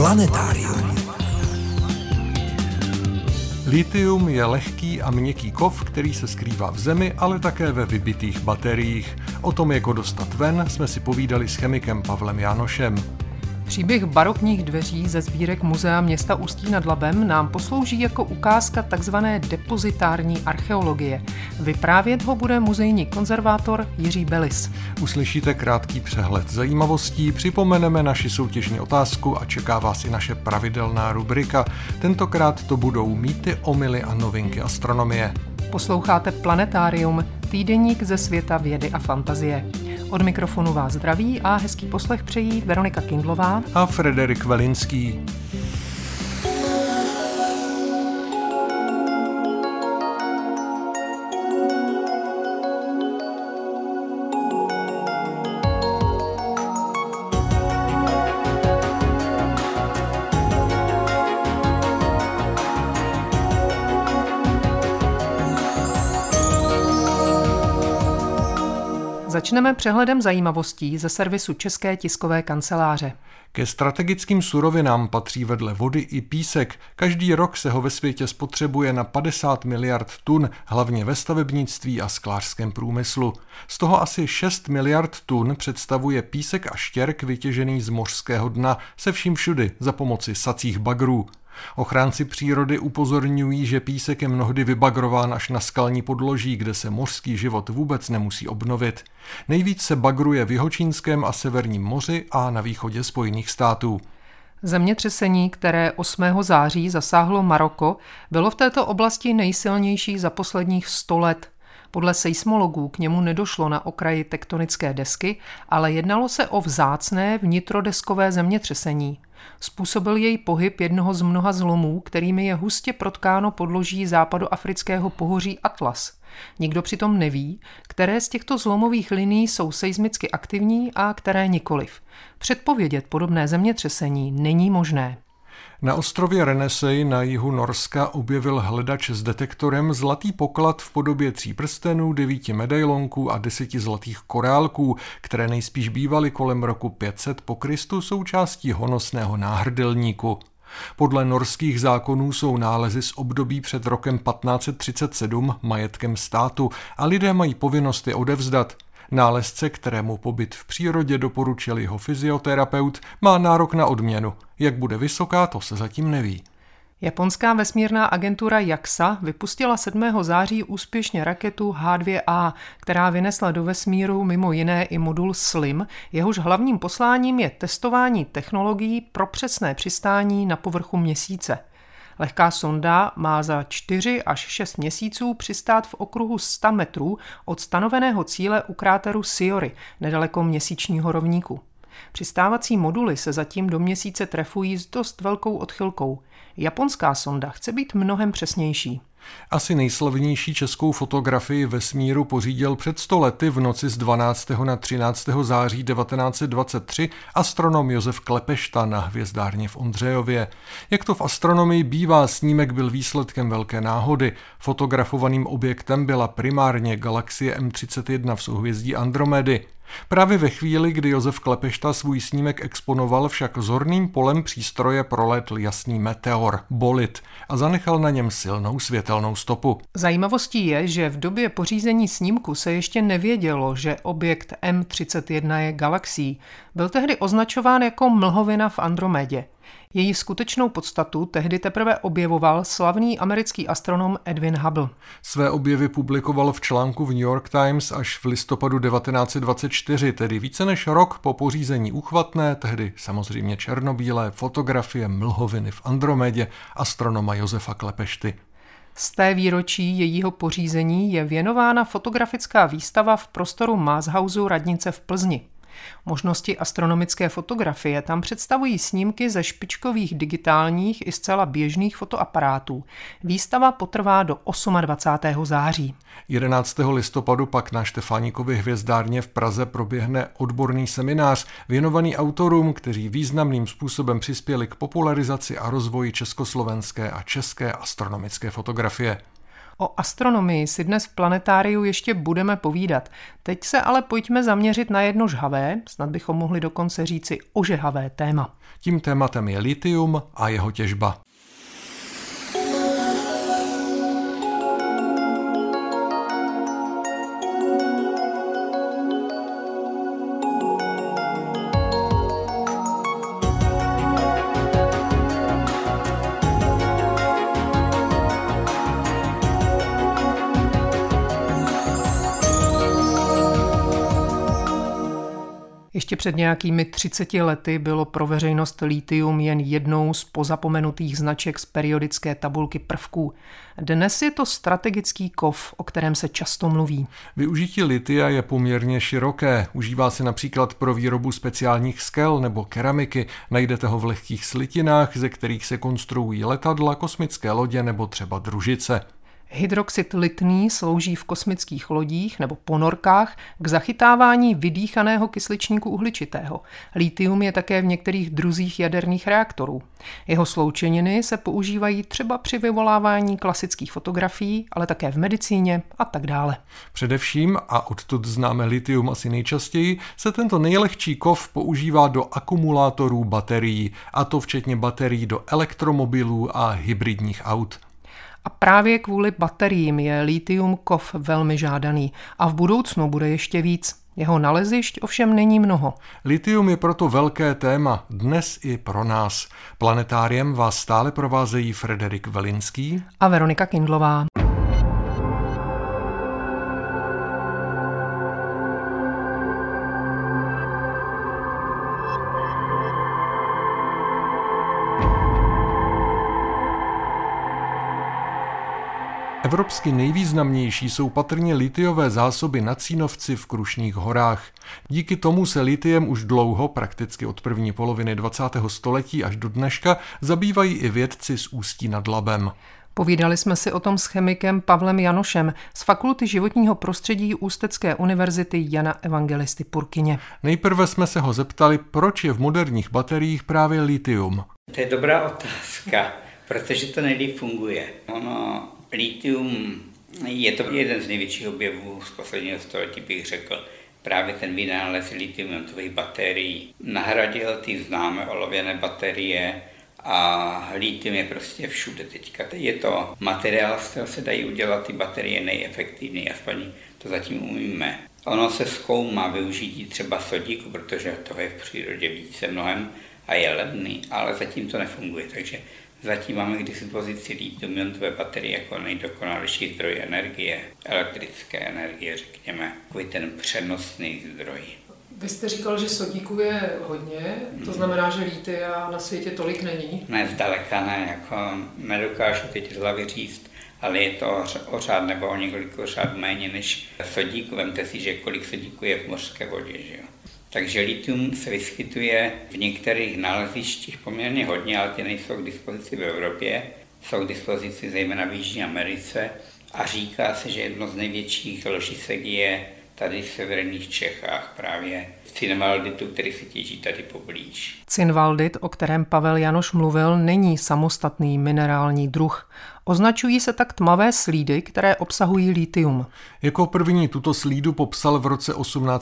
Planetárium. Lithium je lehký a měkký kov, který se skrývá v zemi, ale také ve vybitých bateriích. O tom, jak ho dostat ven, jsme si povídali s chemikem Pavlem Jánošem. Příběh barokních dveří ze sbírek Muzea města Ústí nad Labem nám poslouží jako ukázka takzvané depozitární archeologie. Vyprávět ho bude muzejní konzervátor Jiří Belis. Uslyšíte krátký přehled zajímavostí, připomeneme naši soutěžní otázku a čeká vás i naše pravidelná rubrika. Tentokrát to budou mýty, omyly a novinky astronomie. Posloucháte Planetárium, týdeník ze světa vědy a fantazie. Od mikrofonu vás zdraví a hezký poslech přejí Veronika Kindlová a Frederik Velinský. Začneme přehledem zajímavostí ze servisu České tiskové kanceláře. Ke strategickým surovinám patří vedle vody i písek. Každý rok se ho ve světě spotřebuje na 50 miliard tun, hlavně ve stavebnictví a sklářském průmyslu. Z toho asi 6 miliard tun představuje písek a štěrk vytěžený z mořského dna se vším všudy za pomoci sacích bagrů. Ochránci přírody upozorňují, že písek je mnohdy vybagrován až na skalní podloží, kde se mořský život vůbec nemusí obnovit. Nejvíc se bagruje v Jihočínském a Severním moři a na východě Spojených států. Zemětřesení, které 8. září zasáhlo Maroko, bylo v této oblasti nejsilnější za posledních 100 let. Podle seismologů k němu nedošlo na okraji tektonické desky, ale jednalo se o vzácné vnitrodeskové zemětřesení. Způsobil jej pohyb jednoho z mnoha zlomů, kterými je hustě protkáno podloží západoafrického pohoří Atlas. Nikdo přitom neví, které z těchto zlomových linií jsou seismicky aktivní a které nikoliv. Předpovědět podobné zemětřesení není možné. Na ostrově Renessej na jihu Norska objevil hledač s detektorem zlatý poklad v podobě 3 prstenů, 9 medailonků a 10 zlatých korálků, které nejspíš bývaly kolem roku 500 po Kristu součástí honosného náhrdelníku. Podle norských zákonů jsou nálezy z období před rokem 1537 majetkem státu a lidé mají povinnost je odevzdat. Nálezce, kterému pobyt v přírodě doporučil jeho fyzioterapeut, má nárok na odměnu. Jak bude vysoká, to se zatím neví. Japonská vesmírná agentura JAXA vypustila 7. září úspěšně raketu H2A, která vynesla do vesmíru mimo jiné i modul SLIM, jehož hlavním posláním je testování technologií pro přesné přistání na povrchu Měsíce. Lehká sonda má za 4 až 6 měsíců přistát v okruhu 100 metrů od stanoveného cíle u kráteru Siori, nedaleko měsíčního rovníku. Přistávací moduly se zatím do Měsíce trefují s dost velkou odchylkou. Japonská sonda chce být mnohem přesnější. Asi nejslavnější českou fotografii vesmíru pořídil před 100 lety v noci z 12. na 13. září 1923 astronom Josef Klepešta na hvězdárně v Ondřejově. Jak to v astronomii bývá, snímek byl výsledkem velké náhody. Fotografovaným objektem byla primárně galaxie M31 v souhvězdí Andromedy. Právě ve chvíli, kdy Josef Klepešta svůj snímek exponoval, však zorným polem přístroje prolétl jasný meteor, bolit, a zanechal na něm silnou světelnou stopu. Zajímavostí je, že v době pořízení snímku se ještě nevědělo, že objekt M31 je galaxií. Byl tehdy označován jako mlhovina v Andromedě. Její skutečnou podstatu tehdy teprve objevoval slavný americký astronom Edwin Hubble. Své objevy publikoval v článku v New York Times až v listopadu 1924, tedy více než rok po pořízení úchvatné, tehdy samozřejmě černobílé fotografie mlhoviny v Andromedě astronoma Josefa Klepešty. Z té výročí jejího pořízení je věnována fotografická výstava v prostoru Mázhausu radnice v Plzni. Možnosti astronomické fotografie tam představují snímky ze špičkových digitálních i zcela běžných fotoaparátů. Výstava potrvá do 28. září. 11. listopadu pak na Štefánikově hvězdárně v Praze proběhne odborný seminář věnovaný autorům, kteří významným způsobem přispěli k popularizaci a rozvoji československé a české astronomické fotografie. O astronomii si dnes v planetáriu ještě budeme povídat. Teď se ale pojďme zaměřit na jedno žhavé, snad bychom mohli dokonce říci ožehavé téma. Tím tématem je lithium a jeho těžba. Ještě před nějakými 30 lety bylo pro veřejnost lithium jen jednou z pozapomenutých značek z periodické tabulky prvků. Dnes je to strategický kov, o kterém se často mluví. Využití lithia je poměrně široké. Užívá se například pro výrobu speciálních skel nebo keramiky. Najdete ho v lehkých slitinách, ze kterých se konstruují letadla, kosmické lodě nebo třeba družice. Hydroxid lithný slouží v kosmických lodích nebo ponorkách k zachytávání vydýchaného kysličníku uhličitého. Lithium je také v některých druzích jaderných reaktorů. Jeho sloučeniny se používají třeba při vyvolávání klasických fotografií, ale také v medicíně a tak dále. Především, a odtud známe lithium asi nejčastěji, se tento nejlehčí kov používá do akumulátorů baterií, a to včetně baterií do elektromobilů a hybridních aut. A právě kvůli bateriím je lithium kov velmi žádaný a v budoucnu bude ještě víc. Jeho nalezišť ovšem není mnoho. Lithium je proto velké téma, dnes i pro nás. Planetáriem vás stále provázejí Frederik Velinský a Veronika Kindlová. Evropsky nejvýznamnější jsou patrně lithiové zásoby na Cínovci v Krušných horách. Díky tomu se lithiem už dlouho, prakticky od první poloviny 20. století až do dneška, zabývají i vědci z Ústí nad Labem. Povídali jsme si o tom s chemikem Pavlem Janošem z Fakulty životního prostředí Ústecké univerzity Jana Evangelisty Purkyně. Nejprve jsme se ho zeptali, proč je v moderních bateriích právě lithium. To je dobrá otázka, protože to nejlíp funguje. Lithium je to jeden z největších objevů z posledního století, bych řekl. Právě ten vynález lithium-ionových baterií nahradil ty známé olověné baterie a lithium je prostě všude teďka. Je to materiál, z kterého se dají udělat ty baterie nejefektivněji, aspoň to zatím umíme. Ono se zkoumá využití třeba sodíku, protože toho je v přírodě více mnohem a je levný, ale zatím to nefunguje, takže zatím máme k dispozici lithium-ionové baterie jako nejdokonalejší zdroj energie, elektrické energie, řekněme, takový ten přenosný zdroj. Vy jste říkal, že sodíku je hodně, to znamená, že litia na světě tolik není? Ne, zdaleka ne, jako nedokážu teď z hlavy říct, ale je to o řád nebo o několik řád méně než sodíku. Vemte si, že kolik sodíku je v mořské vodě, že jo. Takže lithium se vyskytuje v některých nalezištích poměrně hodně, ale ty nejsou k dispozici v Evropě, jsou k dispozici zejména v Jižní Americe a říká se, že jedno z největších ložisek je tady v severních Čechách, právě v cinvalditu, který se těží tady poblíž. Cinvaldit, o kterém Pavel Janoš mluvil, není samostatný minerální druh. Označují se tak tmavé slídy, které obsahují lithium. Jako první tuto slídu popsal v roce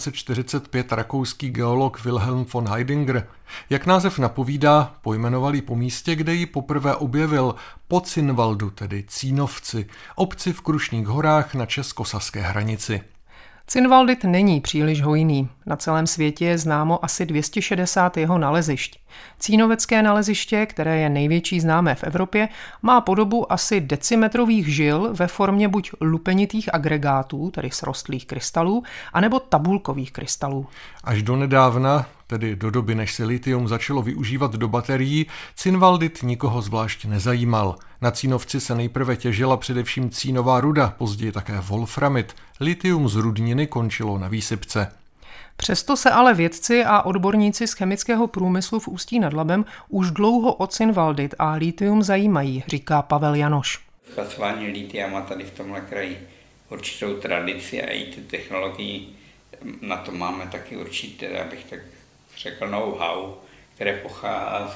1845 rakouský geolog Wilhelm von Heidinger. Jak název napovídá, pojmenoval ji po místě, kde ji poprvé objevil, po Cinvaldu, tedy Cínovci, obci v Krušných horách na českosaské hranici. Cinvaldit není příliš hojný. Na celém světě je známo asi 260 jeho nalezišť. Cínovecké naleziště, které je největší známé v Evropě, má podobu asi decimetrových žil ve formě buď lupenitých agregátů, tedy srostlých krystalů, anebo tabulkových krystalů. Až do nedávna, tedy do doby, než se lithium začalo využívat do baterií, cinvaldit nikoho zvlášť nezajímal. Na Cínovci se nejprve těžila především cínová ruda, později také wolframit. Lithium z rudniny končilo na výsypce. Přesto se ale vědci a odborníci z chemického průmyslu v Ústí nad Labem už dlouho o cinvaldit a lithium zajímají, říká Pavel Janoš. Zpracování lithia má tady v tomhle kraji určitou tradici a i tu technologii. Na to máme taky určité, abych tak řekl, know-how, které pochází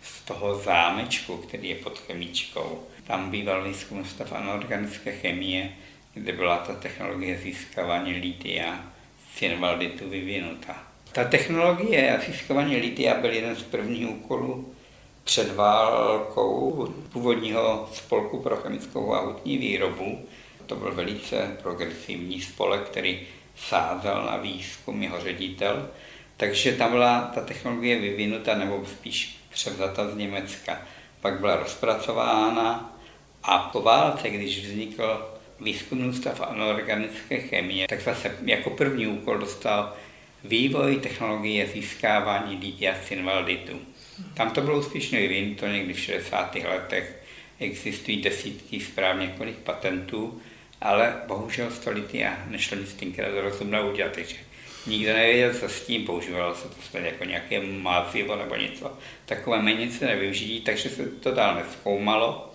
z toho zámečku, který je pod Chemičkou. Tam býval výzkumný ústav anorganické chemie, kde byla ta technologie získávání litia z cynvalditu vyvinuta. Ta technologie získávání litia byl jeden z prvních úkolů před válkou původního spolku pro chemickou a hutní výrobu. To byl velice progresivní spolek, který sázel na výzkum, jeho ředitel. Takže tam byla ta technologie vyvinuta, nebo spíš převzata z Německa. Pak byla rozpracována a po válce, když vznikl výzkumný ústav anorganické chemie, tak zase jako první úkol dostal vývoj technologie získávání litia z cynvalditu. Tam to bylo úspěšně vyvinuto někdy v 60. letech. Existují desítky správně několik patentů, ale bohužel z toho litia nešlo nic tenkrát rozumného udělat, takže nikdo nevěděl, co s tím, používalo se to snad jako nějaké mazivo nebo něco takové, méně se nevyužití, takže se to dál nezkoumalo.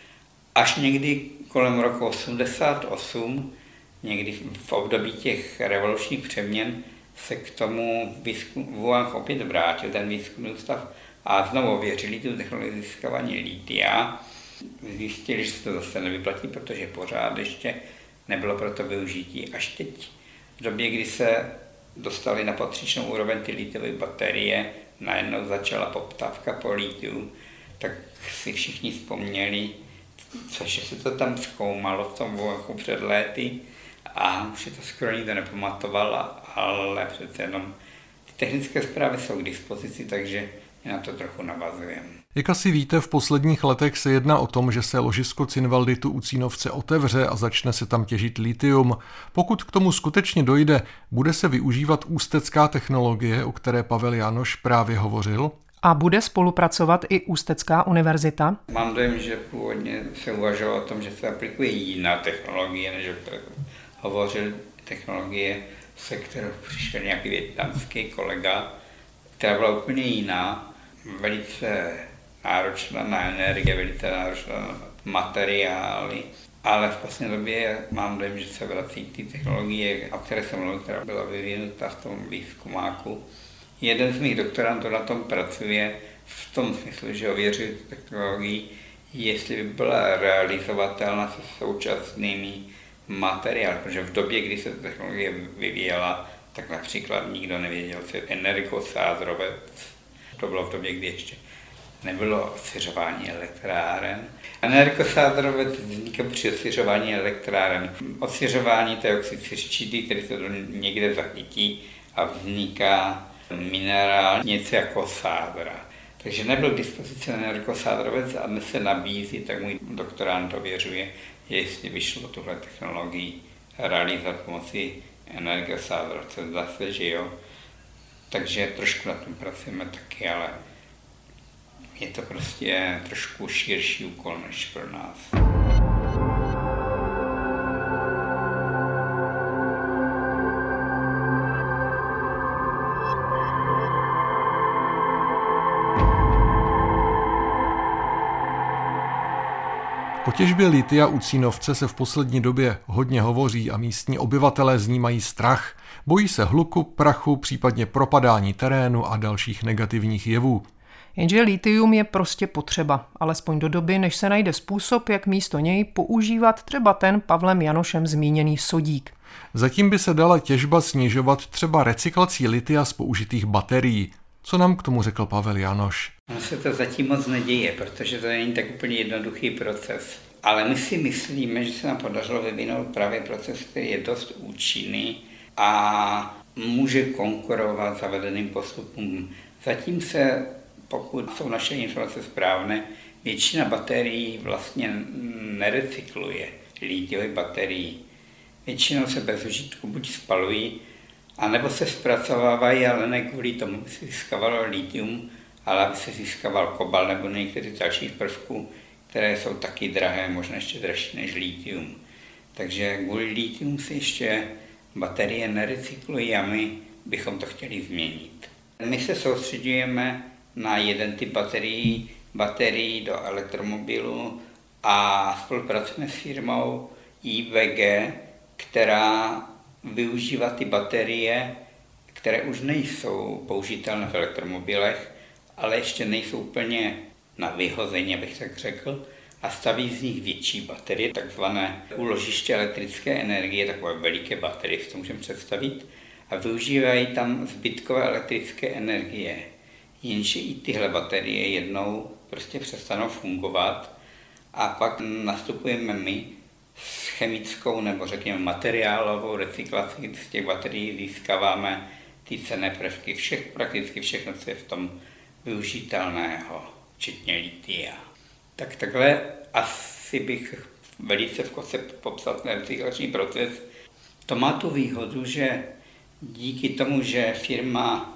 Až někdy kolem roku 88, někdy v období těch revolučních přeměn, se k tomu výzkumu opět vrátil ten výzkumný ústav a znovu ověřili tu technologii získávání litia. Zjistili, že se to zase nevyplatí, protože pořád ještě nebylo pro to využití. Až teď, v době, kdy se dostali na patřičnou úroveň ty litiové baterie, najednou začala poptávka po litiu, tak si všichni vzpomněli, což se to tam zkoumalo v tom vojáku před léty a už je to skoro nikdo nepamatoval, ale přece jenom ty technické zprávy jsou k dispozici, takže na to trochu navazujeme. Jak asi víte, v posledních letech se jedná o tom, že se ložisko cynvalditu u Cínovce otevře a začne se tam těžit lithium. Pokud k tomu skutečně dojde, bude se využívat ústecká technologie, o které Pavel Jánoš právě hovořil? A bude spolupracovat i Ústecká univerzita? Mám dojem, že původně se uvažovalo o tom, že se aplikuje jiná technologie, než o které hovořil, technologie, se kterou přišel nějaký vietnamský kolega, která byla úplně jiná, velice náročná na energie, velice náročná na materiály, ale v poslední době mám dojem, že se vrací ty technologie, o které jsem mluvil, která byla vyvinuta v tom výzkumáku. Jeden z mých doktorantů na tom pracuje v tom smyslu, že ověřuje technologii, jestli by byla realizovatelná se současnými materiály, protože v době, kdy se technologie vyvíjela, tak například nikdo nevěděl, co je energosádrovec. To bylo v době, kdy ještě nebylo osiřování elektráren. Energosádrovec vznikl při osiřování elektráren. Osiřování, to je oxid siřičitý, který se někde zachytí a vzniká minerál, něco jako sádra. Takže nebyl k dispozici energosádrovec a dnes se nabízí, tak můj doktorant ověřuje, jestli vyšlo tuhle technologii realizovat pomocí energosádrovce. Zdá se, že jo. Takže trošku na tom pracujeme taky, ale je to prostě trošku širší úkol než pro nás. O těžbě litia u Cínovce se v poslední době hodně hovoří a místní obyvatelé z ní mají strach. Bojí se hluku, prachu, případně propadání terénu a dalších negativních jevů. Jenže lithium je prostě potřeba, alespoň do doby, než se najde způsob, jak místo něj používat třeba ten Pavlem Janošem zmíněný sodík. Zatím by se dala těžba snižovat třeba recyklací litia z použitých baterií. Co nám k tomu řekl Pavel Janoš? Ono se to zatím moc neděje, protože to není tak úplně jednoduchý proces. Ale my si myslíme, že se nám podařilo vyvinout právě proces, který je dost účinný a může konkurovat zavedeným postupům. Zatím se, pokud jsou naše informace správné, většina baterií vlastně nerecykluje, litiové baterii. Většinou se bez užitku buď spalují, anebo se zpracovávají, ale ne kvůli tomu, aby se získávalo litium, ale aby se získával kobalt nebo některé dalších prvků, které jsou taky drahé, možná ještě dražší než litium. Takže kvůli litium se ještě baterie nerecyklují a my bychom to chtěli změnit. My se soustředujeme na jeden typ baterií do elektromobilu a spolupracujeme s firmou IVG, která využívá ty baterie, které už nejsou použitelné v elektromobilech ale ještě nejsou úplně na vyhození, abych tak řekl, a staví z nich větší baterie, takzvané úložiště elektrické energie, takové veliké baterie, si to můžeme představit, a využívají tam zbytkové elektrické energie. Jenže i tyhle baterie jednou prostě přestanou fungovat a pak nastupujeme my s chemickou nebo řekněme materiálovou recyklací z těch baterií získáváme ty cenné prvky, prakticky všechno, co je v tom využitelného, včetně litia. Tak takhle asi bych velice v kose popsal ten recyklační proces. To má tu výhodu, že díky tomu, že firma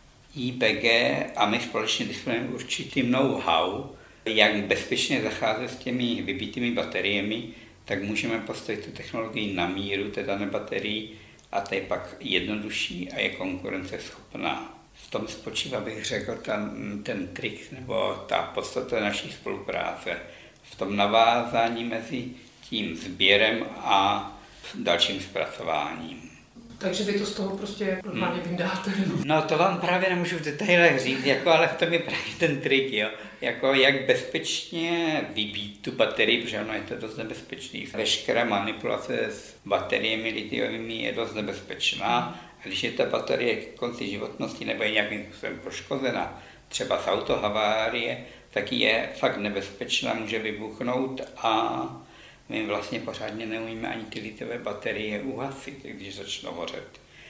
IBG a my společně disponujeme určitým know-how, jak bezpečně zacházet s těmi vybitými bateriemi, tak můžeme postavit tu technologii na míru té dané baterii a ta je pak jednodušší a je konkurenceschopná. V tom spočívá, bych řekl, ten trik nebo ta podstata naší spolupráce. V tom navázání mezi tím sběrem a dalším zpracováním. Takže vy to z toho prostě normálně vyndáte? No to vám právě nemůžu v detailech říct, ale v tom je právě ten trik, jo. Jak bezpečně vybít tu baterii, protože ono je to dost nebezpečný. Veškerá manipulace s bateriemi litiovými je dost nebezpečná. A když je ta baterie k konci životnosti nebo je nějakým způsobem poškozena, třeba z autohavárie, tak je fakt nebezpečná, může vybuchnout a my vlastně pořádně neumíme ani ty litiové baterie uhasit, když začnou hořet.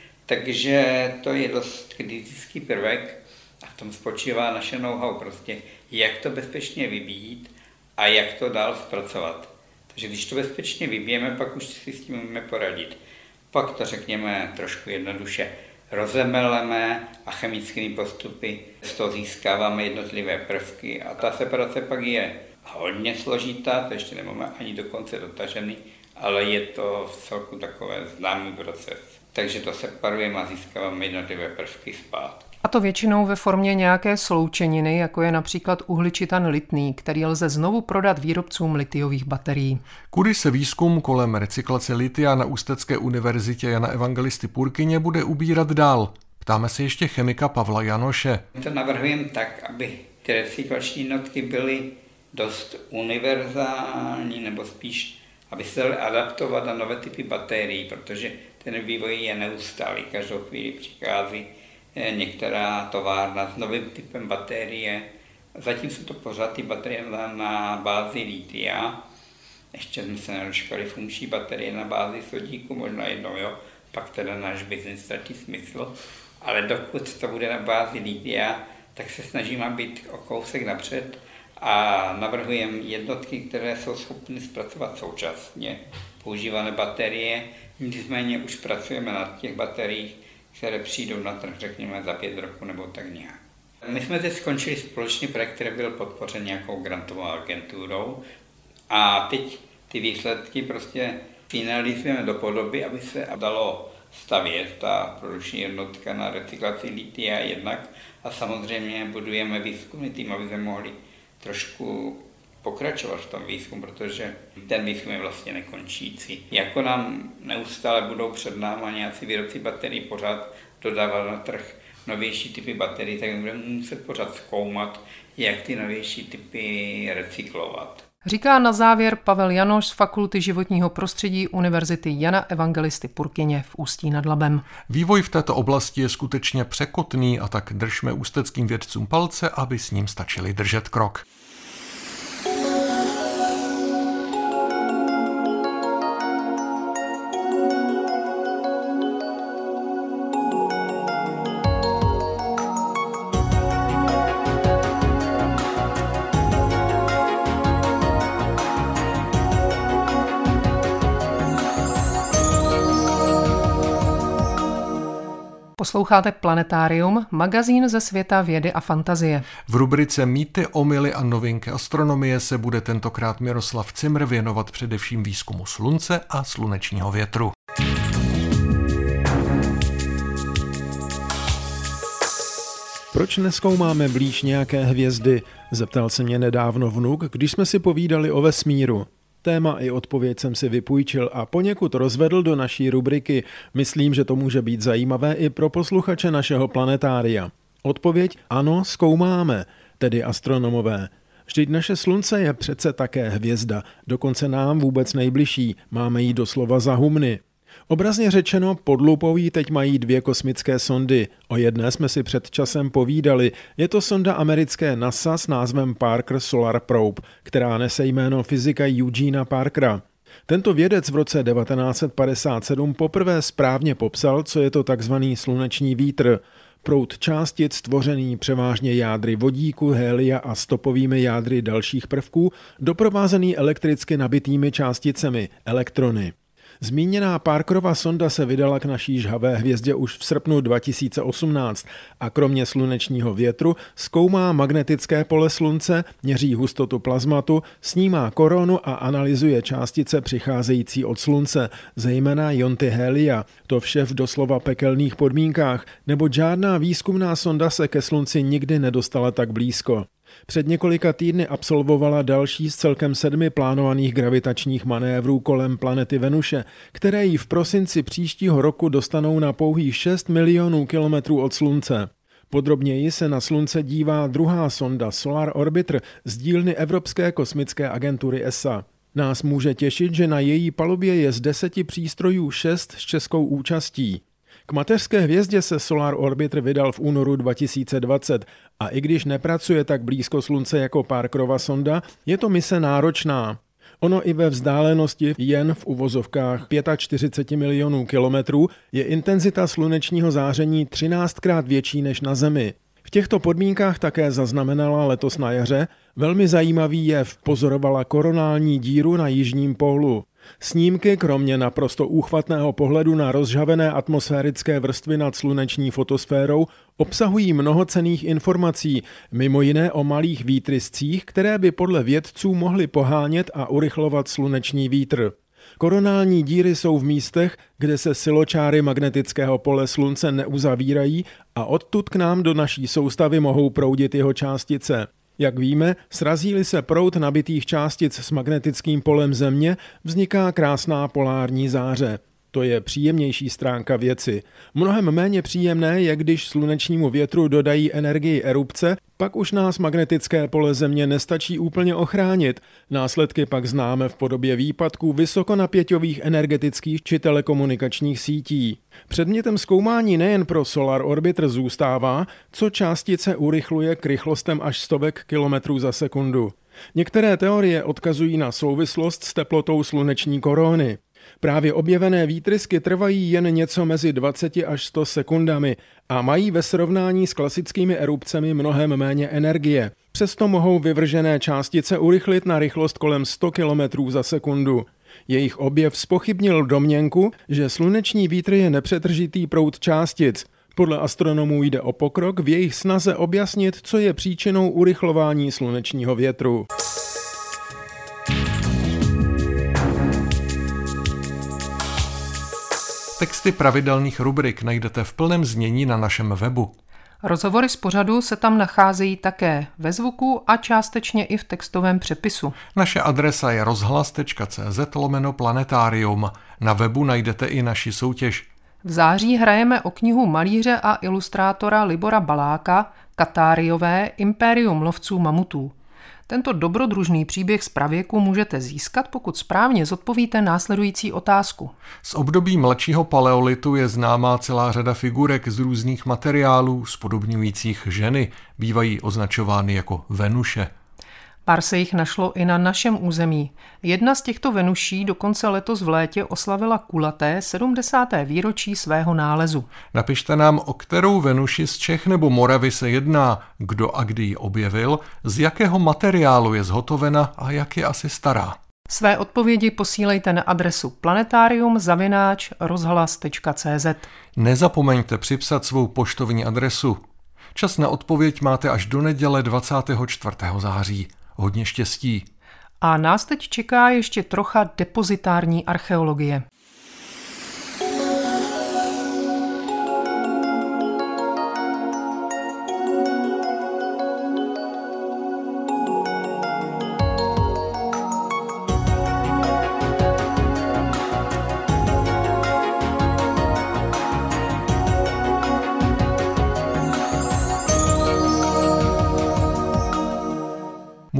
Takže to je dost kritický prvek a v tom spočívá naše know-how prostě, jak to bezpečně vybít a jak to dál zpracovat. Takže když to bezpečně vybijeme, pak už si s tím můžeme poradit. Pak to řekněme trošku jednoduše rozemeleme a chemickými postupy z toho získáváme jednotlivé prvky a ta separace pak je hodně složitá, to ještě nemáme ani dokonce dotažený, ale je to v celku takové známý proces. Takže to separujeme a získáváme jednotlivé prvky zpátky. A to většinou ve formě nějaké sloučeniny, jako je například uhličitan litný, který lze znovu prodat výrobcům litiových baterií. Kudy se výzkum kolem recyklace litia na Ústecké univerzitě Jana Evangelisty Purkyně bude ubírat dál? Ptáme se ještě chemika Pavla Janoše. To navrhujeme tak, aby ty recyklační jednotky byly dost univerzální, nebo spíš, aby se daly adaptovat na nové typy baterií, protože ten vývoj je neustálý. Každou chvíli přichází některá továrna s novým typem baterie. Zatím jsou to pořád ty baterie na bázi litia. Ještě jsme se nedočkali funkční baterie na bázi sodíku, možná jednou, jo. Pak teda náš biznis ztratí smysl. Ale dokud to bude na bázi litia, tak se snažíme být o kousek napřed a navrhujeme jednotky, které jsou schopny zpracovat současně používané baterie. Nicméně už pracujeme na těch bateriích, které přijdou na trh, řekněme, za 5 roků nebo tak nějak. My jsme teď skončili společný projekt, který byl podpořen nějakou grantovou agenturou a teď ty výsledky prostě finalizujeme do podoby, aby se dalo stavět ta produkční jednotka na recyklaci litia jednak a samozřejmě budujeme výzkumný tým, aby jsme mohli trošku pokračovat v tom výzkumu, protože ten výzkum je vlastně nekončící. Jako nám neustále budou před náma nějací výrobci baterií pořád dodávat na trh novější typy baterií, tak budeme muset pořád zkoumat, jak ty novější typy recyklovat. Říká na závěr Pavel Janoš z Fakulty životního prostředí Univerzity Jana Evangelisty Purkyně v Ústí nad Labem. Vývoj v této oblasti je skutečně překotný a tak držme ústeckým vědcům palce, aby s ním stačili držet krok. Posloucháte Planetárium, magazín ze světa vědy a fantazie. V rubrice Mýty, omyly a novinky astronomie se bude tentokrát Miroslav Cimr věnovat především výzkumu slunce a slunečního větru. Proč nezkoumáme blíž nějaké hvězdy? Zeptal se mě nedávno vnuk, když jsme si povídali o vesmíru. Téma i odpověď jsem si vypůjčil a poněkud rozvedl do naší rubriky. Myslím, že to může být zajímavé i pro posluchače našeho planetária. Odpověď ano, zkoumáme, tedy astronomové. Vždyť naše slunce je přece také hvězda, dokonce nám vůbec nejbližší, máme ji doslova za humny. Obrazně řečeno, pod lupou jí teď mají 2 kosmické sondy. O jedné jsme si před časem povídali. Je to sonda americké NASA s názvem Parker Solar Probe, která nese jméno fyzika Eugena Parkera. Tento vědec v roce 1957 poprvé správně popsal, co je to takzvaný sluneční vítr. Proud částic tvořený převážně jádry vodíku, hélia a stopovými jádry dalších prvků, doprovázený elektricky nabitými částicemi, elektrony. Zmíněná Parkerova sonda se vydala k naší žhavé hvězdě už v srpnu 2018 a kromě slunečního větru zkoumá magnetické pole slunce, měří hustotu plazmatu, snímá koronu a analyzuje částice přicházející od slunce, zejména ionty hélia. To vše v doslova pekelných podmínkách, nebo žádná výzkumná sonda se ke slunci nikdy nedostala tak blízko. Před několika týdny absolvovala další z celkem 7 plánovaných gravitačních manévrů kolem planety Venuše, které ji v prosinci příštího roku dostanou na pouhých 6 milionů kilometrů od Slunce. Podrobněji se na Slunce dívá druhá sonda Solar Orbiter z dílny Evropské kosmické agentury ESA. Nás může těšit, že na její palubě je z 10 přístrojů 6 s českou účastí. K mateřské hvězdě se Solar Orbiter vydal v únoru 2020 a i když nepracuje tak blízko Slunce jako Parkerova sonda, je to mise náročná. Ono i ve vzdálenosti jen v uvozovkách 45 milionů kilometrů je intenzita slunečního záření 13krát větší než na Zemi. V těchto podmínkách také zaznamenala letos na jaře velmi zajímavý jev, pozorovala koronální díru na jižním pólu. Snímky, kromě naprosto úchvatného pohledu na rozžhavené atmosférické vrstvy nad sluneční fotosférou, obsahují mnoho cenných informací, mimo jiné o malých výtryscích, které by podle vědců mohly pohánět a urychlovat sluneční vítr. Koronální díry jsou v místech, kde se siločáry magnetického pole slunce neuzavírají a odtud k nám do naší soustavy mohou proudit jeho částice. Jak víme, srazí-li se proud nabitých částic s magnetickým polem Země, vzniká krásná polární záře. To je příjemnější stránka věci. Mnohem méně příjemné je, když slunečnímu větru dodají energii erupce, pak už nás magnetické pole Země nestačí úplně ochránit. Následky pak známe v podobě výpadků vysokonapěťových energetických či telekomunikačních sítí. Předmětem zkoumání nejen pro Solar Orbiter zůstává, co částice urychluje k rychlostem až 100 km za sekundu. Některé teorie odkazují na souvislost s teplotou sluneční korony. Právě objevené výtrysky trvají jen něco mezi 20 až 100 sekundami a mají ve srovnání s klasickými erupcemi mnohem méně energie. Přesto mohou vyvržené částice urychlit na rychlost kolem 100 km za sekundu. Jejich objev zpochybnil domněnku, že sluneční vítr je nepřetržitý proud částic. Podle astronomů jde o pokrok v jejich snaze objasnit, co je příčinou urychlování slunečního větru. Texty pravidelných rubrik najdete v plném znění na našem webu. Rozhovory z pořadu se tam nacházejí také ve zvuku a částečně i v textovém přepisu. Naše adresa je rozhlas.cz/planetarium. Na webu najdete i naši soutěž. V září hrajeme o knihu malíře a ilustrátora Libora Baláka Katáriové Impérium lovců mamutů. Tento dobrodružný příběh z pravěku můžete získat, pokud správně zodpovíte následující otázku. Z období mladšího paleolitu je známá celá řada figurek z různých materiálů spodobňujících ženy. Bývají označovány jako Venuše. Pár se jich našlo i na našem území. Jedna z těchto Venuší dokonce letos v létě oslavila kulaté 70. výročí svého nálezu. Napište nám, o kterou Venuši z Čech nebo Moravy se jedná, kdo a kdy ji objevil, z jakého materiálu je zhotovena a jak je asi stará. Své odpovědi posílejte na adresu planetarium@rozhlas.cz. Nezapomeňte připsat svou poštovní adresu. Čas na odpověď máte až do neděle 24. září. Hodně štěstí. A nás teď čeká ještě trocha depozitární archeologie.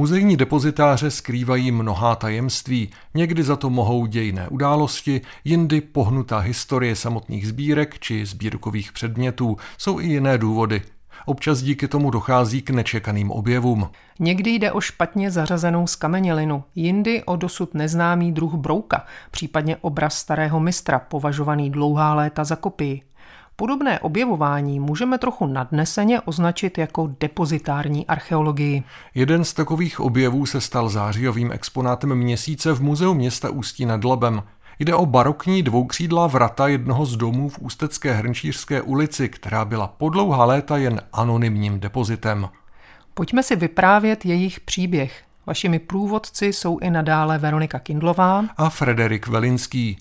Muzejní depozitáře skrývají mnohá tajemství, někdy za to mohou dějinné události, jindy pohnutá historie samotných sbírek či sbírkových předmětů, jsou i jiné důvody. Občas díky tomu dochází k nečekaným objevům. Někdy jde o špatně zařazenou skamenělinu, jindy o dosud neznámý druh brouka, případně obraz starého mistra, považovaný dlouhá léta za kopii. Podobné objevování můžeme trochu nadneseně označit jako depozitární archeologii. Jeden z takových objevů se stal zářijovým exponátem měsíce v Muzeu města Ústí nad Labem. Jde o barokní dvoukřídlá vrata jednoho z domů v Ústecké Hrnčířské ulici, která byla po dlouhá léta jen anonymním depozitem. Pojďme si vyprávět jejich příběh. Vašimi průvodci jsou i nadále Veronika Kindlová a Frederik Velinský.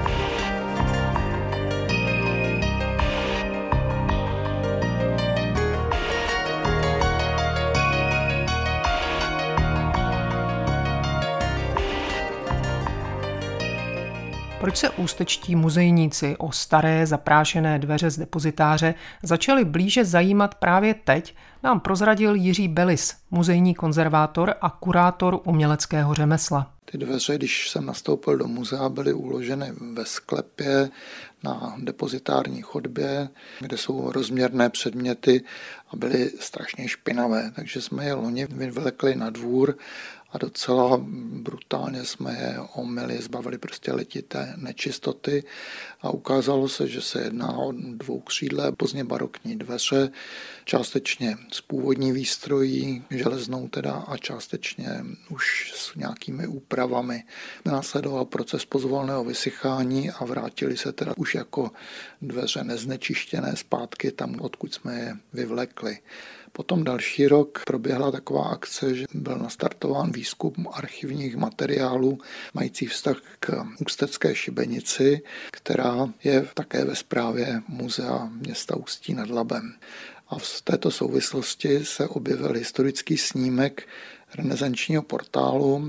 Proč se ústečtí muzejníci o staré zaprášené dveře z depozitáře začali blíže zajímat právě teď, nám prozradil Jiří Belis, muzejní konzervátor a kurátor uměleckého řemesla. Ty dveře, když jsem nastoupil do muzea, byly uloženy ve sklepě na depozitární chodbě, kde jsou rozměrné předměty a byly strašně špinavé. Takže jsme je loni vyvlekli na dvůr a docela brutálně jsme je omyli, zbavili prostě letité nečistoty a ukázalo se, že se jedná o dvoukřídlé pozdně barokní dveře, částečně s původní výstrojí, železnou teda a částečně už s nějakými úpravami. Následoval proces pozvolného vysychání a vrátili se teda už jako dveře neznečištěné zpátky tam, odkud jsme je vyvlekli. Potom další rok proběhla taková akce, že byl nastartován výzkum archivních materiálů mající vztah k ústecké šibenici, která je také ve správě Muzea města Ústí nad Labem. A v této souvislosti se objevil historický snímek renesančního portálu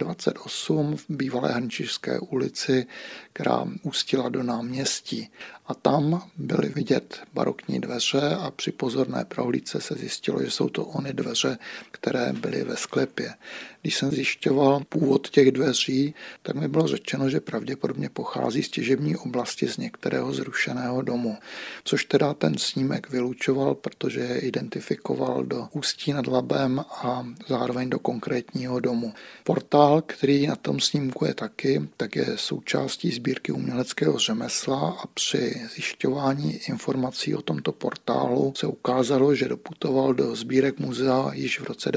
ČP28 v bývalé Hrnčířské ulici, která ústila do náměstí. A tam byly vidět barokní dveře a při pozorné prohlídce se zjistilo, že jsou to ony dveře, které byly ve sklepě. Když jsem zjišťoval původ těch dveří, tak mi bylo řečeno, že pravděpodobně pochází z těžební oblasti z některého zrušeného domu. Což teda ten snímek vylučoval, protože je identifikoval do Ústí nad Labem a zároveň do konkrétního domu. Portál, který na tom snímku je taky, tak je součástí sbírky uměleckého řemesla a při zjišťování informací o tomto portálu se ukázalo, že doputoval do sbírek muzea již v roce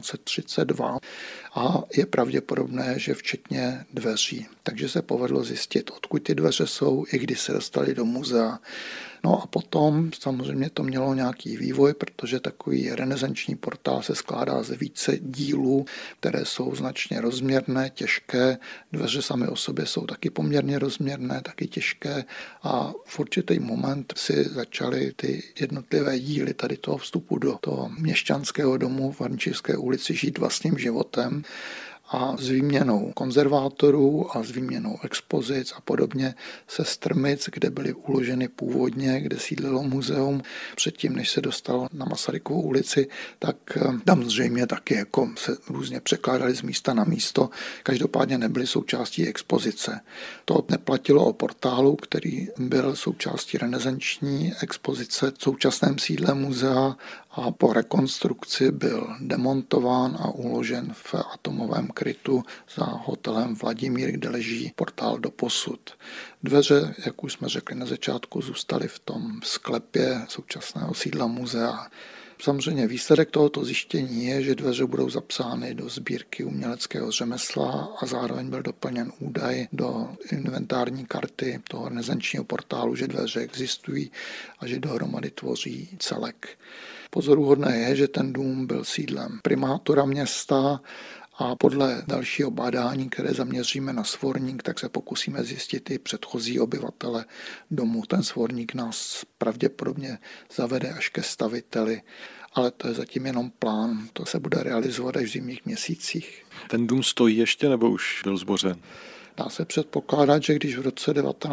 1932 a je pravděpodobné, že včetně dveří. Takže se povedlo zjistit, odkud ty dveře jsou, i když se dostali do muzea. No a potom samozřejmě to mělo nějaký vývoj, protože takový renesanční portál se skládá ze více dílů, které jsou značně rozměrné, těžké. Dveře samy o sobě jsou taky poměrně rozměrné, taky těžké a v určitý moment si začaly ty jednotlivé díly tady toho vstupu do toho měšťanského domu v Hrnčířské ulici žít vlastním životem. A s výměnou konzervátorů a s výměnou expozic a podobně se Strmic, kde byly uloženy původně, kde sídlilo muzeum, předtím, než se dostalo na Masarykovu ulici, tak tam zřejmě taky jako se různě překládali z místa na místo, každopádně nebyly součástí expozice. To neplatilo o portálu, který byl součástí renesanční expozice v současném sídle muzea a po rekonstrukci byl demontován a uložen v atomovém krytu za hotelem Vladimír, kde leží portál doposud. Dveře, jak už jsme řekli na začátku, zůstaly v tom sklepě současného sídla muzea. Samozřejmě výsledek tohoto zjištění je, že dveře budou zapsány do sbírky uměleckého řemesla a zároveň byl doplněn údaj do inventární karty toho renesančního portálu, že dveře existují a že dohromady tvoří celek. Pozoruhodné je, že ten dům byl sídlem primátora města a podle dalšího bádání, které zaměříme na svorník, tak se pokusíme zjistit i předchozí obyvatele domu. Ten svorník nás pravděpodobně zavede až ke staviteli, ale to je zatím jenom plán. To se bude realizovat až v zimních měsících. Ten dům stojí ještě nebo už byl zbořen? Dá se předpokládat, že když v roce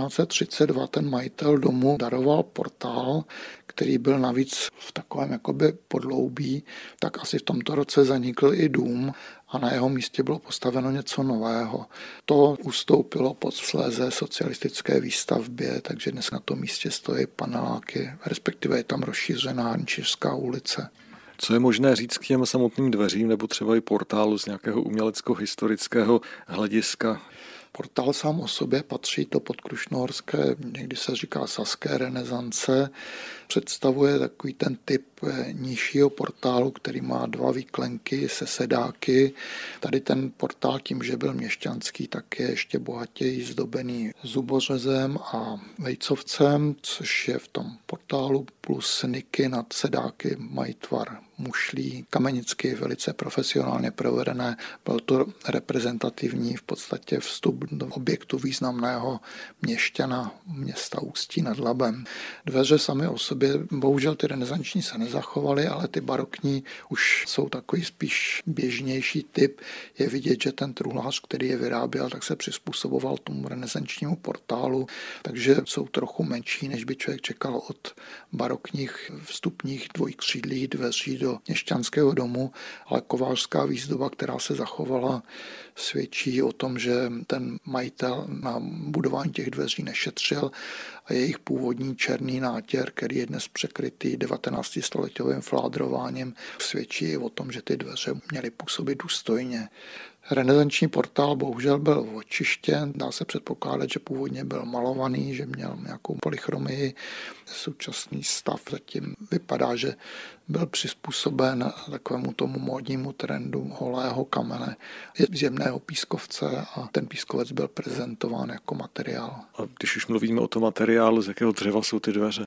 1932 ten majitel domu daroval portál, který byl navíc v takovém jakoby podloubí, tak asi v tomto roce zanikl i dům a na jeho místě bylo postaveno něco nového. To ustoupilo posléze socialistické výstavbě, takže dnes na tom místě stojí paneláky, respektive je tam rozšířená Hrnčířská ulice. Co je možné říct k těm samotným dveřím nebo třeba i portálu z nějakého umělecko-historického hlediska? Portál sám o sobě patří do podkrušnohorské, někdy se říká saské renesance. Představuje takový ten typ nižšího portálu, který má 2 výklenky se sedáky. Tady ten portál tím, že byl měšťanský, tak je ještě bohatěji zdobený zubořezem a vejcovcem, což je v tom portálu, plus niky nad sedáky mají tvar mušlí, kamenicky velice profesionálně provedené. Byl to reprezentativní v podstatě vstup do objektu významného měšťana města Ústí nad Labem. Dveře samy o sobě, bohužel ty renesanční se nezachovaly, ale ty barokní už jsou takový spíš běžnější typ. Je vidět, že ten truhlář, který je vyráběl, tak se přizpůsoboval tomu renesančnímu portálu, takže jsou trochu menší, než by člověk čekal od barokních vstupních dvojkřídlých dveří do měšťanského domu, ale kovářská výzdoba, která se zachovala, svědčí o tom, že ten majitel na budování těch dveří nešetřil a jejich původní černý nátěr, který je dnes překrytý 19-stoletým fládrováním, svědčí o tom, že ty dveře měly působit důstojně. Renesanční portál bohužel byl očištěn, dá se předpokládat, že původně byl malovaný, že měl nějakou polychromii. Současný stav zatím vypadá, že byl přizpůsoben takovému tomu módnímu trendu holého kamene, zjemného pískovce a ten pískovec byl prezentován jako materiál. A když už mluvíme o tom materiálu, z jakého dřeva jsou ty dveře?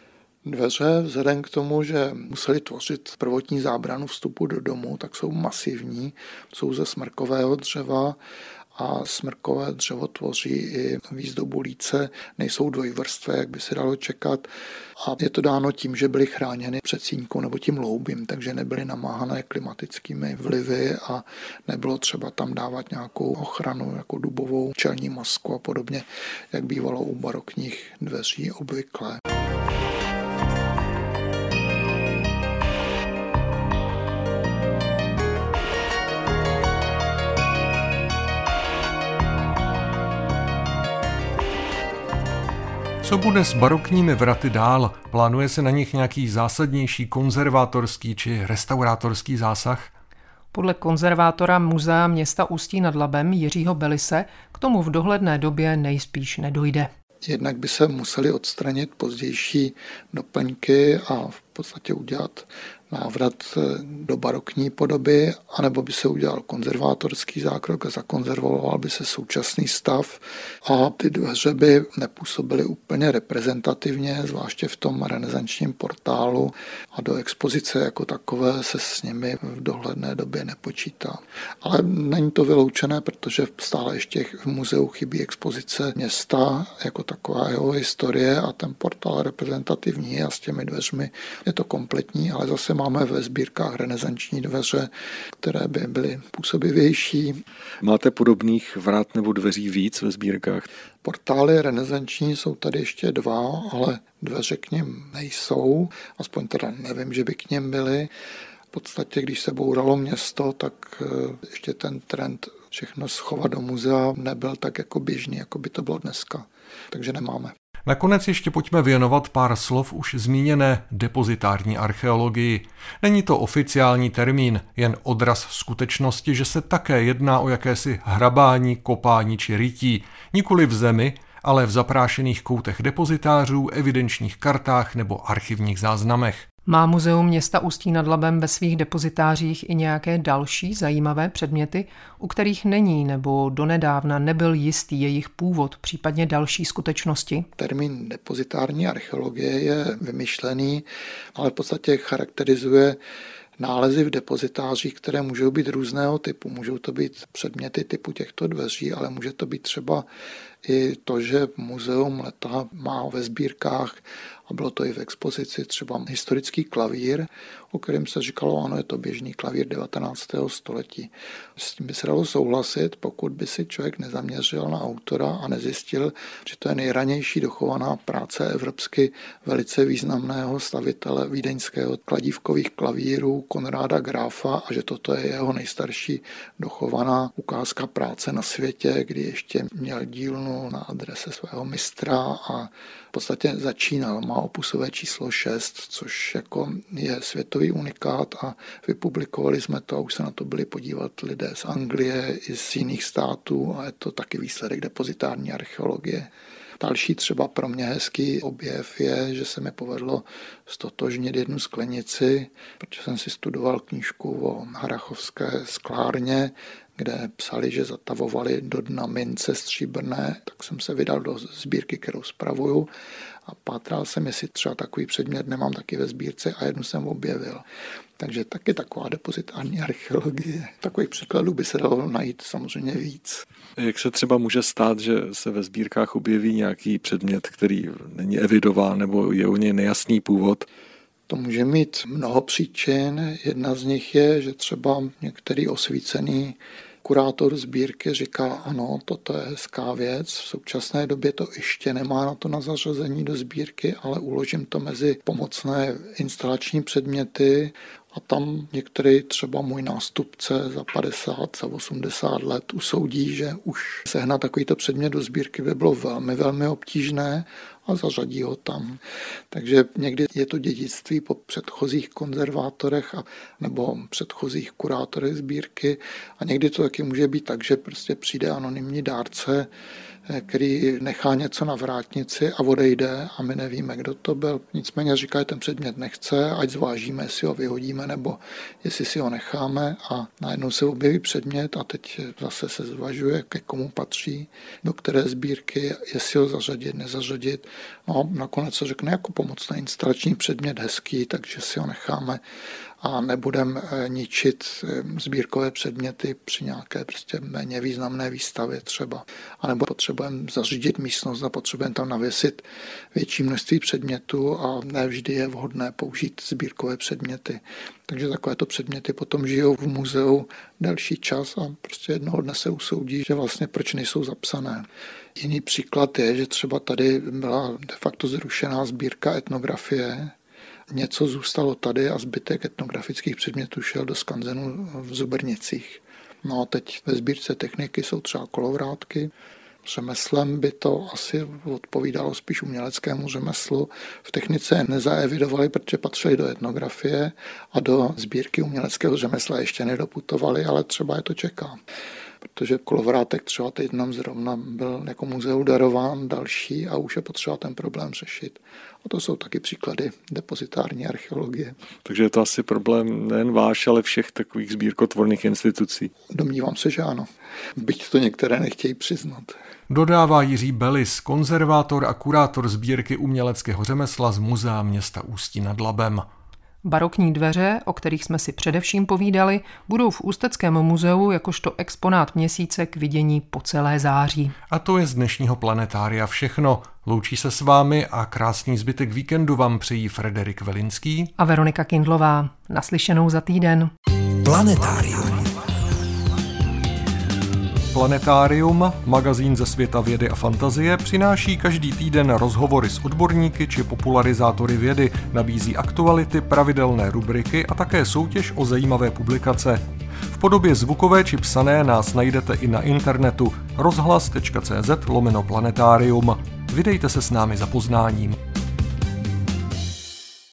Dveře, vzhledem k tomu, že museli tvořit prvotní zábranu vstupu do domu, tak jsou masivní, jsou ze smrkového dřeva a smrkové dřevo tvoří i výzdobu líce, nejsou dvojvrstvé, jak by se dalo čekat. A je to dáno tím, že byly chráněny před sínkou nebo tím loubím, takže nebyly namáhané klimatickými vlivy a nebylo třeba tam dávat nějakou ochranu jako dubovou čelní masku a podobně, jak bývalo u barokních dveří obvyklé. Co bude s barokními vraty dál? Plánuje se na nich nějaký zásadnější konzervátorský či restaurátorský zásah? Podle konzervátora Muzea města Ústí nad Labem Jiřího Belise k tomu v dohledné době nejspíš nedojde. Jednak by se museli odstranit pozdější doplňky a v podstatě udělat návrat do barokní podoby, anebo by se udělal konzervátorský zákrok a zakonzervoval by se současný stav a ty dveře by nepůsobily úplně reprezentativně, zvláště v tom renesančním portálu a do expozice jako takové se s nimi v dohledné době nepočítá. Ale není to vyloučené, protože stále ještě v muzeu chybí expozice města jako taková jeho historie a ten portál reprezentativní a s těmi dveřmi je to kompletní, ale zase máme ve sbírkách renesanční dveře, které by byly působivější. Máte podobných vrat nebo dveří víc ve sbírkách? Portály renesanční jsou tady ještě 2, ale dveře k nim nejsou, aspoň teda nevím, že by k nim byly. V podstatě, když se bouralo město, tak ještě ten trend všechno schovat do muzea nebyl tak jako běžný, jako by to bylo dneska. Takže nemáme. Nakonec ještě pojďme věnovat pár slov už zmíněné depozitární archeologii. Není to oficiální termín, jen odraz skutečnosti, že se také jedná o jakési hrabání, kopání či rytí, nikoli v zemi, ale v zaprášených koutech depozitářů, evidenčních kartách nebo archivních záznamech. Má muzeum města Ústí nad Labem ve svých depozitářích i nějaké další zajímavé předměty, u kterých není nebo donedávna nebyl jistý jejich původ, případně další skutečnosti? Termín depozitární archeologie je vymyšlený, ale v podstatě charakterizuje nálezy v depozitářích, které můžou být různého typu. Můžou to být předměty typu těchto dveří, ale může to být třeba i to, že Muzeum Leta má ve sbírkách, a bylo to i v expozici, třeba historický klavír, o kterém se říkalo, ano, je to běžný klavír 19. století. S tím by se dalo souhlasit, pokud by si člověk nezaměřil na autora a nezjistil, že to je nejranější dochovaná práce evropsky velice významného stavitele vídeňského kladívkových klavírů Konráda Gráfa a že toto je jeho nejstarší dochovaná ukázka práce na světě, kdy ještě měl dílnu na adrese svého mistra a v podstatě začínal. Má opusové číslo 6, což jako je světový unikát a vypublikovali jsme to a už se na to byli podívat lidé z Anglie i z jiných států a je to taky výsledek depozitární archeologie. Další třeba pro mě hezký objev je, že se mi povedlo ztotožnit jednu sklenici, protože jsem si studoval knížku o harrachovské sklárně, kde psali, že zatavovali do dna mince stříbrné, tak jsem se vydal do sbírky, kterou spravuju a pátral jsem, jestli třeba takový předmět nemám taky ve sbírce a jednu jsem objevil. Takže taky taková depozitární archeologie. Takových příkladů by se dalo najít samozřejmě víc. Jak se třeba může stát, že se ve sbírkách objeví nějaký předmět, který není evidován nebo je u něj nejasný původ? To může mít mnoho příčin. Jedna z nich je, že třeba některý osvícený kurátor sbírky říká, ano, toto je hezká věc. V současné době to ještě nemá na to na zařazení do sbírky, ale uložím to mezi pomocné instalační předměty a tam některý třeba můj nástupce za 50, za 80 let usoudí, že už sehnat takovýto předmět do sbírky by bylo velmi, velmi obtížné a zařadí ho tam. Takže někdy je to dědictví po předchozích konzervátorech nebo předchozích kurátorech sbírky a někdy to taky může být tak, že prostě přijde anonymní dárce, který nechá něco na vrátnici a odejde a my nevíme, kdo to byl. Nicméně říká, že ten předmět nechce, ať zvážíme, jestli ho vyhodíme nebo jestli si ho necháme a najednou se objeví předmět a teď zase se zvažuje, ke komu patří, do které sbírky, jestli ho zařadit, nezařadit. No, nakonec se řekne jako pomocný instalační předmět hezký, takže si ho necháme a nebudeme ničit sbírkové předměty při nějaké prostě méně významné výstavě třeba. A nebo potřebujeme zařídit místnost a potřebujeme tam navěsit větší množství předmětů a ne vždy je vhodné použít sbírkové předměty. Takže takovéto předměty potom žijou v muzeu delší čas a prostě jednoho dne se usoudí, že vlastně proč nejsou zapsané. Jiný příklad je, že třeba tady byla de facto zrušená sbírka etnografie, něco zůstalo tady a zbytek etnografických předmětů šel do skanzenu v Zubrnicích. No a teď ve sbírce techniky jsou třeba kolovrátky. Řemeslem by to asi odpovídalo spíš uměleckému řemeslu. V technice je nezaevidovali, protože patřili do etnografie a do sbírky uměleckého řemesla ještě nedoputovali, ale třeba je to čeká. Protože kolovrátek třeba teď nám zrovna byl jako muzeu darován další a už je potřeba ten problém řešit. A to jsou taky příklady depozitární archeologie. Takže je to asi problém nejen váš, ale všech takových sbírkotvorných institucí. Domnívám se, že ano. Byť to některé nechtějí přiznat. Dodává Jiří Belis, konzervátor a kurátor sbírky uměleckého řemesla z Muzea města Ústí nad Labem. Barokní dveře, o kterých jsme si především povídali, budou v Ústeckém muzeu jakožto exponát měsíce k vidění po celé září. A to je z dnešního Planetária všechno. Loučí se s vámi a krásný zbytek víkendu vám přejí Frederik Velinský a Veronika Kindlová. Naslyšenou za týden. Planetárium. Planetárium, magazín ze světa vědy a fantazie, přináší každý týden rozhovory s odborníky či popularizátory vědy, nabízí aktuality, pravidelné rubriky a také soutěž o zajímavé publikace. V podobě zvukové či psané nás najdete i na internetu rozhlas.cz/planetarium. Vydejte se s námi za poznáním.